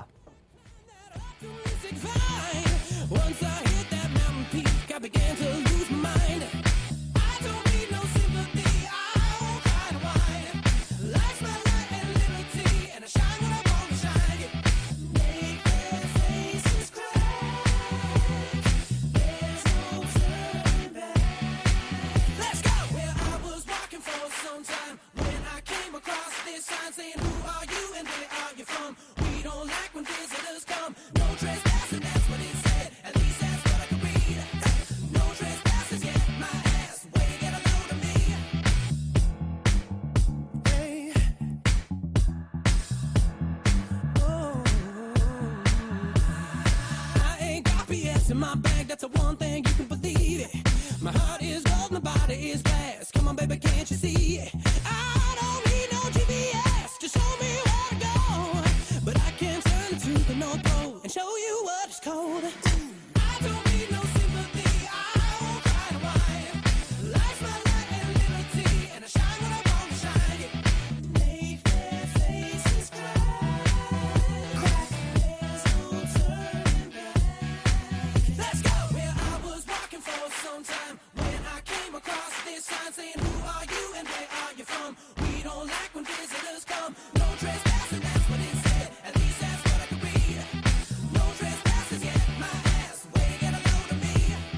In my bag, that's the one thing you can believe it. My heart is gold, my body is glass. Come on, baby, can't you see it? I don't need no GPS, just show me where to go. But I can turn it to the North Pole and show you what it's cold. I don't need no sympathy, I won't cry to wine. Life's my light and liberty, and I shine when I want to shine. Make their faces crack, there's no turning back. Let's go! Where I was walking for some time when I came across this sign saying, who are you and where are you from? We don't like when visitors come. No trespassing, that's what it said. At least that's what I could read. No trespassers, yeah, my ass. Where you get a load of me?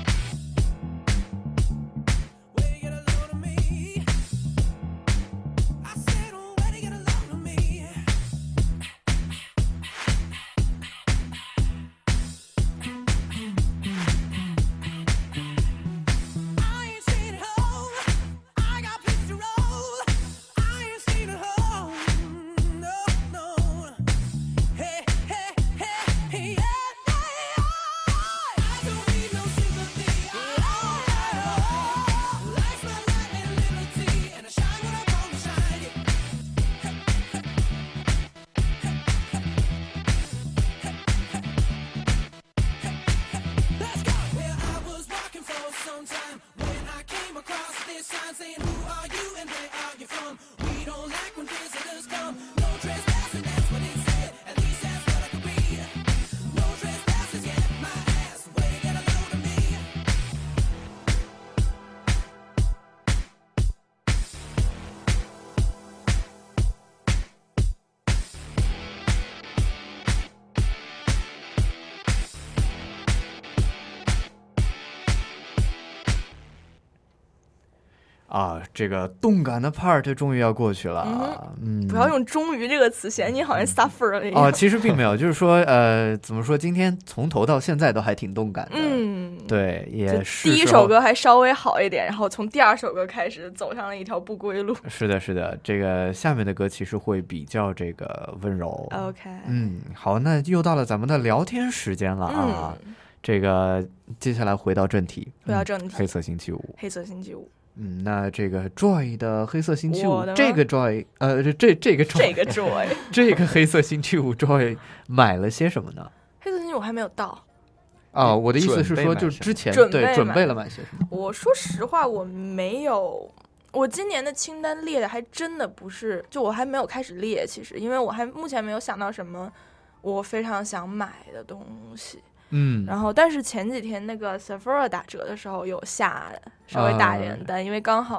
Where you get a load of me? I said, oh, where you get a load of me? I ain't staying at home. I got places to roll. I ain't staying at home. No, no. Hey, hey, hey, yeah, yeah. I don't need no sympathy. Life's my light and liberty, and I shine when I want to shine it. Let's go! Where I was walking for some time when I came across this sign saying, who are you and where are you from? We don't like when visitors come. No trespassing, that's what it said. At least that's what I could read. No trespassers, yeah, my ass. Where you get a load of me? 啊，这个动感的 part 终于要过去了。 不要用终于这个词，显你好像 suffer 了一样。 哦，其实并没有，就是说怎么说，今天从头到现在都还挺动感的。对，也是第一首歌还稍微好一点，然后从第二首歌开始走上了一条不归路。 是的，是的，这个下面的歌其实会比较这个温柔。 OK， 好，那又到了咱们的聊天时间了啊。这个接下来回到正题，黑色星期五， 黑色星期五。 那这个 Joy 的黑色星期五，这个 Joy， 这个 Joy， 这个黑色星期五 Joy 买了些什么呢？ 黑色星期五还没有到。 我的意思是说，就之前准备了买些什么？ 我说实话，我没有。我今年的清单列的还真的不是，就我还没有开始列，其实因为我还目前没有想到什么我非常想买的东西。然后但是前几天那个 Sephora 打折的时候有下稍微大一点的单，因为刚好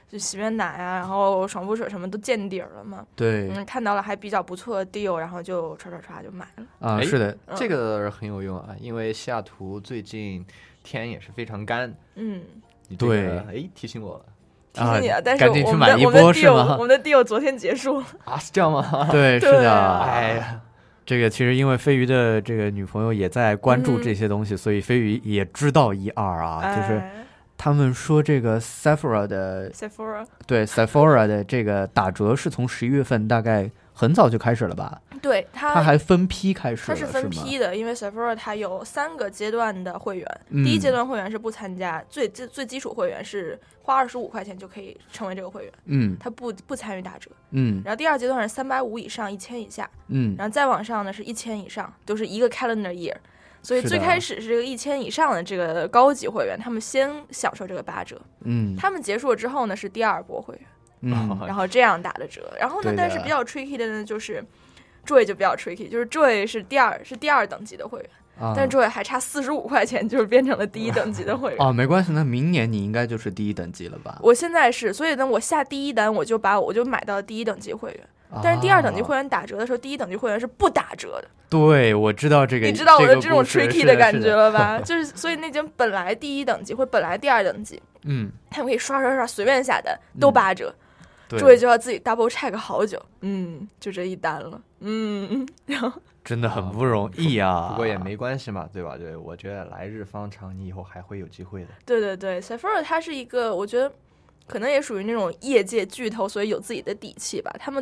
就洗面奶啊，然后爽肤水什么都见底了嘛。 对， 看到了还比较不错的 deal， 然后就唰就买了。 啊，是的， 这个很有用啊，因为西雅图最近天也是非常干。 对， 提醒我了。 提醒你了，但是赶紧去买一波是吗？ 我们的 deal 昨天结束了啊，是这样吗？ 对，是的。 哎呀， 这个其实因为飞鱼的这个女朋友也在关注这些东西，所以飞鱼也知道一二啊，就是他们说这个 Sephora 的 Sephora 的这个打折是从11月份大概很早就开始了吧？ 对，它还分批开始了， 它是分批的，因为 Sephora 它有3个阶段的会员，第一阶段会员是不参加，最基础会员是花25块钱就可以成为这个会员，它不参与打折，然后第2阶段是350以上1000以下，然后再往上呢是1000以上，都是一个 calendar year， 所以最开始是这个1000以上的这个高级会员，他们先享受这个8折，他们结束了之后呢是第2波会员，然后这样打的折，然后呢，但是比较 tricky 的呢就是。Joy 就比较 tricky， 就是 Joy 是第二等级的会员，但是 Joy 还差45块钱，就是变成了第1等级的会员。 哦，没关系，那明年你应该就是第1等级了吧？ 我现在是，所以呢，我下第1单我就买到第1等级会员，但是第2等级会员打折的时候，第1等级会员是不打折的。 对，我知道这个， 你知道我的这种 tricky 的感觉了吧？就是所以那间本来第1等级或本来第2等级，他们可以刷随便下单都8折。注意就要自己 double check 好久，就这一单了，然后真的很不容易啊。 不过也没关系嘛，对吧？对，我觉得来日方长，你以后还会有机会的。 对 Sephora 它是一个，我觉得可能也属于那种业界巨头，所以有自己的底气吧。他们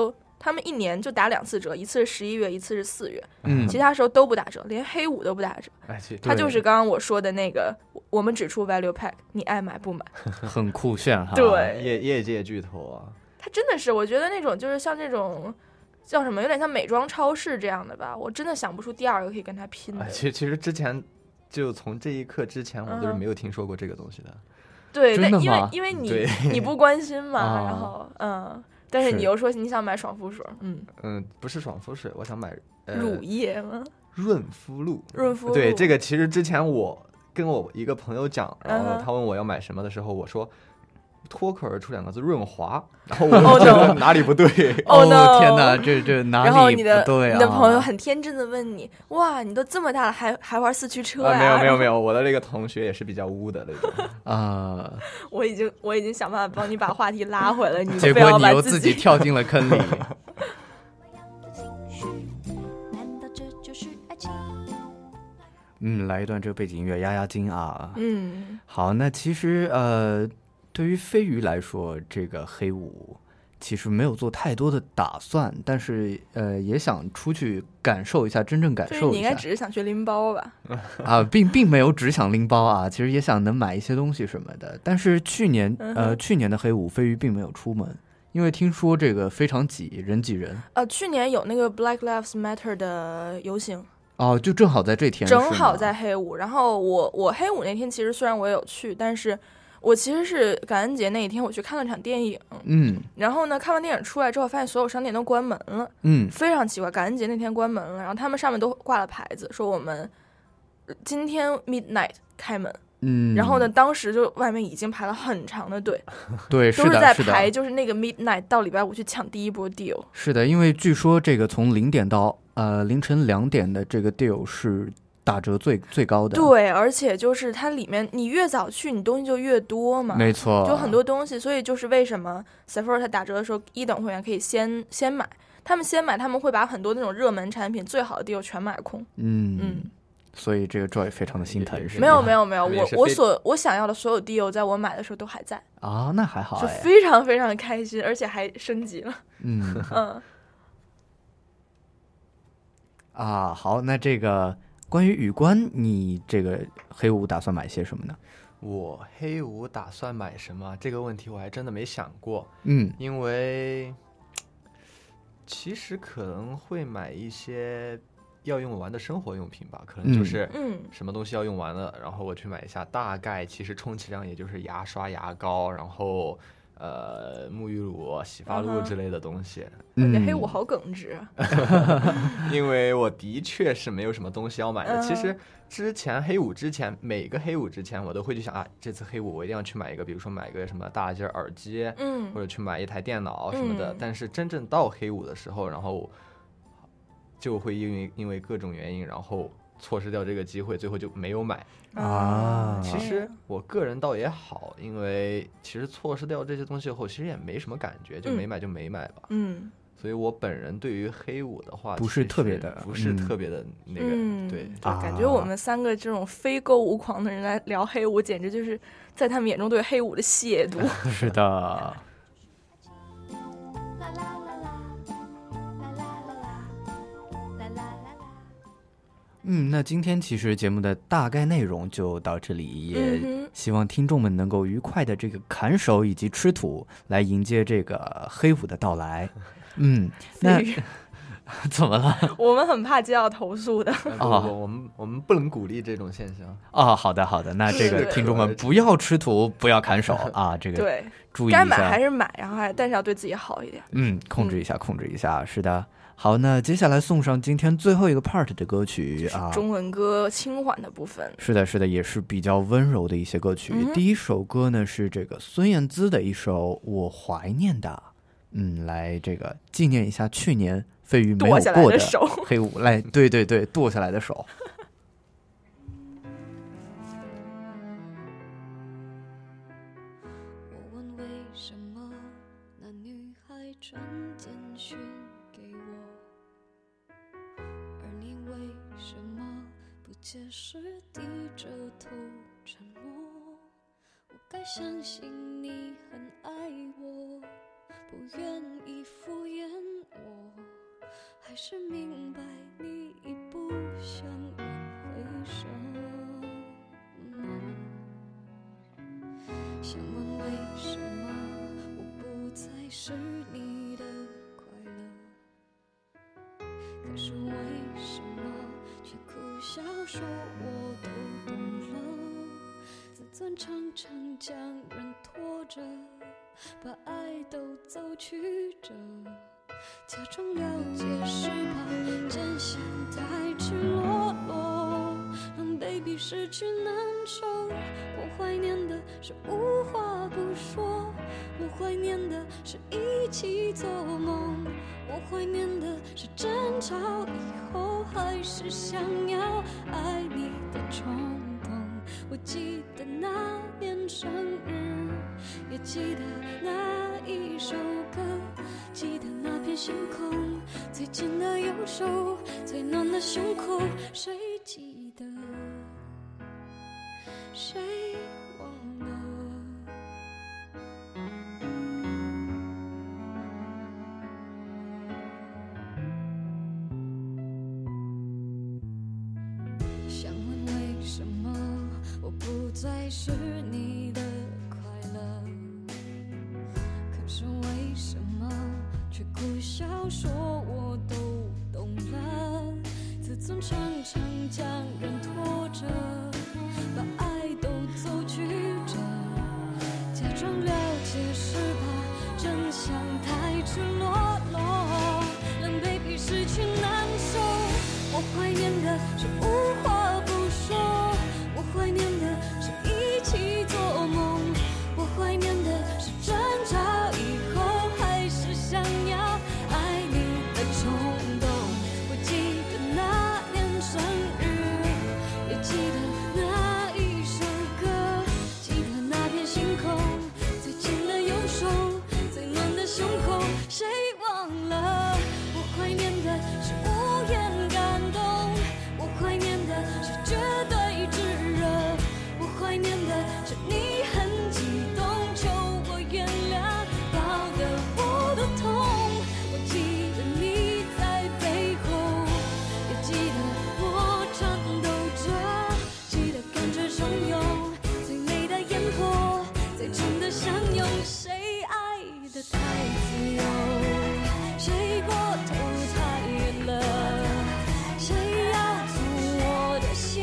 1年就打2次折，一次是11月，一次是4月，其他时候都不打折，连黑五都不打折。它就是刚刚我说的那个，我们只出 value pack， 你爱买不买， 很酷炫哈。 对， 业界巨头啊， 它真的是，我觉得那种就是像这种叫什么，有点像美妆超市这样的吧，我真的想不出第2个可以跟它拼的。 其实之前就从这一刻之前，我都是没有听说过这个东西的。 对，因为你不关心嘛，然后但是你又说你想买爽肤水， 不是爽肤水，我想买乳液吗？ 润肤露。 对， 这个其实之前我跟我一个朋友讲，然后他问我要买什么的时候，我说脱口而出2个字润滑，然后我觉得哪里不对？ 天哪，这哪里不对啊？ 然后你的朋友很天真的问你，哇，你都这么大了还玩4驱车呀？ 没有，我的那个同学也是比较污的那种我已经想办法帮你把话题拉回来， 结果你又自己跳进了坑里。来一段这个背景音乐压压惊啊。好，那其实对于飞鱼来说，这个黑五其实没有做太多的打算，但是也想出去感受一下，真正感受一下。 你应该只是想去拎包吧？ 并没有只想拎包啊，其实也想能买一些东西什么的。但是去年的黑五，飞鱼并没有出门，因为听说这个非常挤，人挤人。 去年有那个 Black Lives Matter 的游行。 就正好在这天， 正好在黑五。然后我黑五那天其实虽然我也有去，但是我其实是感恩节那一天我去看了场电影，然后呢看完电影出来之后，发现所有商店都关门了，非常奇怪，感恩节那天关门了，然后他们上面都挂了牌子说我们今天 midnight 开门，然后呢当时就外面已经排了很长的队， 对， 都是在排就是那个 midnight 到礼拜5去抢第一波 deal。 是的，因为据说这个从0点到凌晨2点的这个 deal 是打折最高的。 对，而且就是它里面你越早去你东西就越多嘛， 没错， 就很多东西，所以就是为什么 Sephora 它打折的时候1等会员可以先买，他们会把很多那种热门产品最好的 deal 全买空。 所以这个 Joy 非常的心疼。 没有，我想要的所有 deal 在我买的时候都还在啊，那还好， 就非常非常的开心，而且还升级了。 好，那这个关于宇观，你这个黑五打算买些什么呢？ 我黑五打算买什么这个问题我还真的没想过，因为其实可能会买一些要用完的生活用品吧，可能就是什么东西要用完了，然后我去买一下，大概其实充其量也就是牙刷、牙膏，然后沐浴乳、洗发露之类的东西。 感觉黑五好耿直啊。 因为我的确是没有什么东西要买的。其实之前黑五之前，每个黑五之前我都会去想啊，这次黑五我一定要去买一个，比如说买个什么大件耳机，或者去买一台电脑什么的。但是真正到黑五的时候，然后就会因为各种原因，然后错失掉这个机会，最后就没有买啊。 其实我个人倒也好，因为其实错失掉这些东西后，其实也没什么感觉，就没买就没买吧。所以我本人对于黑五的话， 不是特别的那个，对， 感觉我们三个这种非购物狂的人来聊黑五，简直就是在他们眼中对黑五的亵渎。 是的。那今天其实节目的大概内容就到这里，也希望听众们能够愉快的这个砍手以及吃土来迎接这个黑五的到来。那怎么了？ 我们很怕接到投诉的。 我们不能鼓励这种现象。 好的，那这个听众们不要吃土，不要砍手啊，这个对， 注意一下， 该买还是买，然后但是要对自己好一点。 控制一下，是的。好，那接下来送上今天最后一个 part 的歌曲啊， 中文歌轻缓的部分。 是的，也是比较温柔的一些歌曲。第一首歌呢是这个孙燕姿的一首《我怀念的》，来这个纪念一下去年飞鱼没有过的黑五，来，对，剁下来的手。 我问为什么那女孩传简讯给我，而你为什么不解释，低着头沉默？我该相信你很爱我，不愿意敷衍我，还是明白你已不想挽回什么？想问为什么我不再是你的快乐，可是为什么却苦笑说我都懂了？自尊常常将人拖着，把爱都走曲折，假装了解是怕真相太赤裸裸，让 baby 失去难受。我怀念的是无话不说，我怀念的是一起做梦，我怀念的是争吵以后还是想要爱你的冲动。我记得那年生日，也记得那一首歌，记得那片星空，最紧的右手，最暖的胸口，谁记得？谁忘了？想问为什么我不再是你的快乐，可是为什么却苦笑说我都懂了？自尊常常将人拖着，把爱都走曲折，假装了解是怕真相太赤裸裸，让 baby 失去难受。我怀念的是无话不说，我怀念的是一起做梦，我怀念的是争吵以后还是想要爱你的冲动。我记得那年生日，也记得那一首歌，记得那片星空，最紧的右手，最暖的胸口，谁忘了？我怀念的是无言感动，我怀念的是绝对炙热，我怀念的是你很激动，求我原谅，搞得我的痛。我记得你在背后，也记得我颤抖着，记得感觉汹涌，最美的烟火，最真的相拥。谁爱得太自由，谁过头太了，谁要走我的心，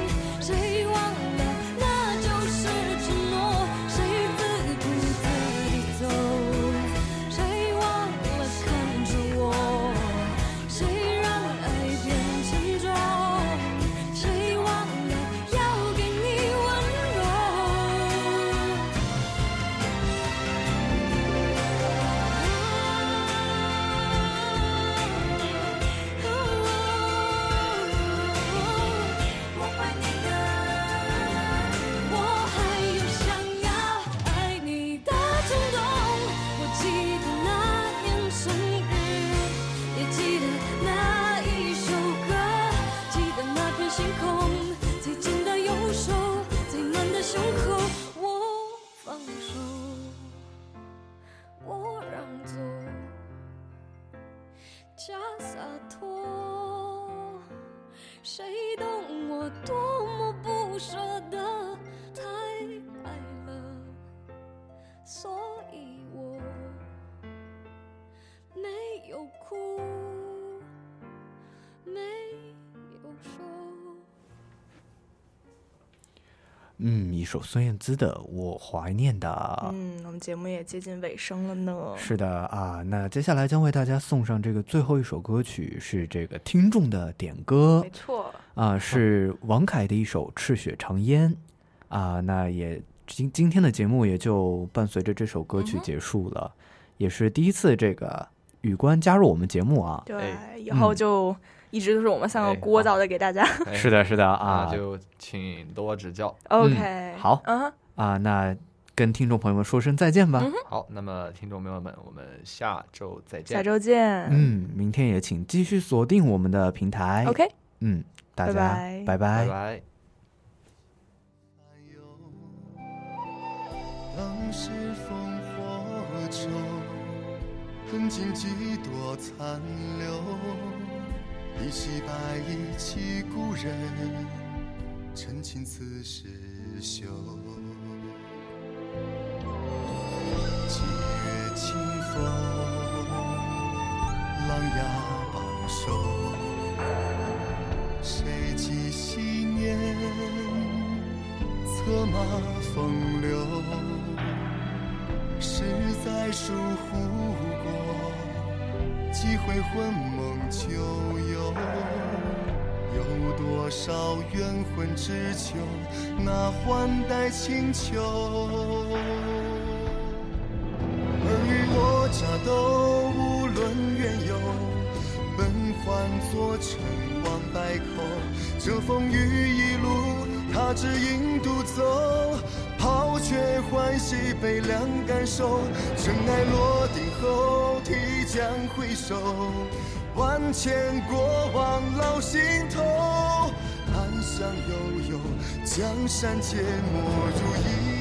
谁忘了那就是承诺，谁自顾自地一首孙燕姿的《我怀念的》。 我们节目也接近尾声了呢。 是的啊，那接下来将为大家送上这个最后一首歌曲，是这个听众的点歌。 没错啊，是王凯的一首《赤血长烟》啊。那也今天的节目也就伴随着这首歌曲结束了，也是第一次这个宇官加入我们节目啊。 对，以后就一直都是我们三个聒噪的给大家。 是的，是的啊， 就请多指教。 OK， 好啊，那跟听众朋友们说声再见吧。 好，那么听众朋友们，我们下周再见。 下周见。 明天也请继续锁定我们的平台。 OK， 大家拜拜。 当时烽火中，痕迹几多残留，依稀白衣起故人，陈情此时休。几月清风，狼牙榜首，谁记昔年策马风流，实在疏忽过几回魂梦旧游，有多少冤魂只求那换代清秋，尔虞我诈都无论缘由，本换作成王百口，这风雨一路他只引独走，抛却欢喜悲凉感受，尘埃落定后提将回首，万千过往老心头，暗香悠悠，江山皆没如一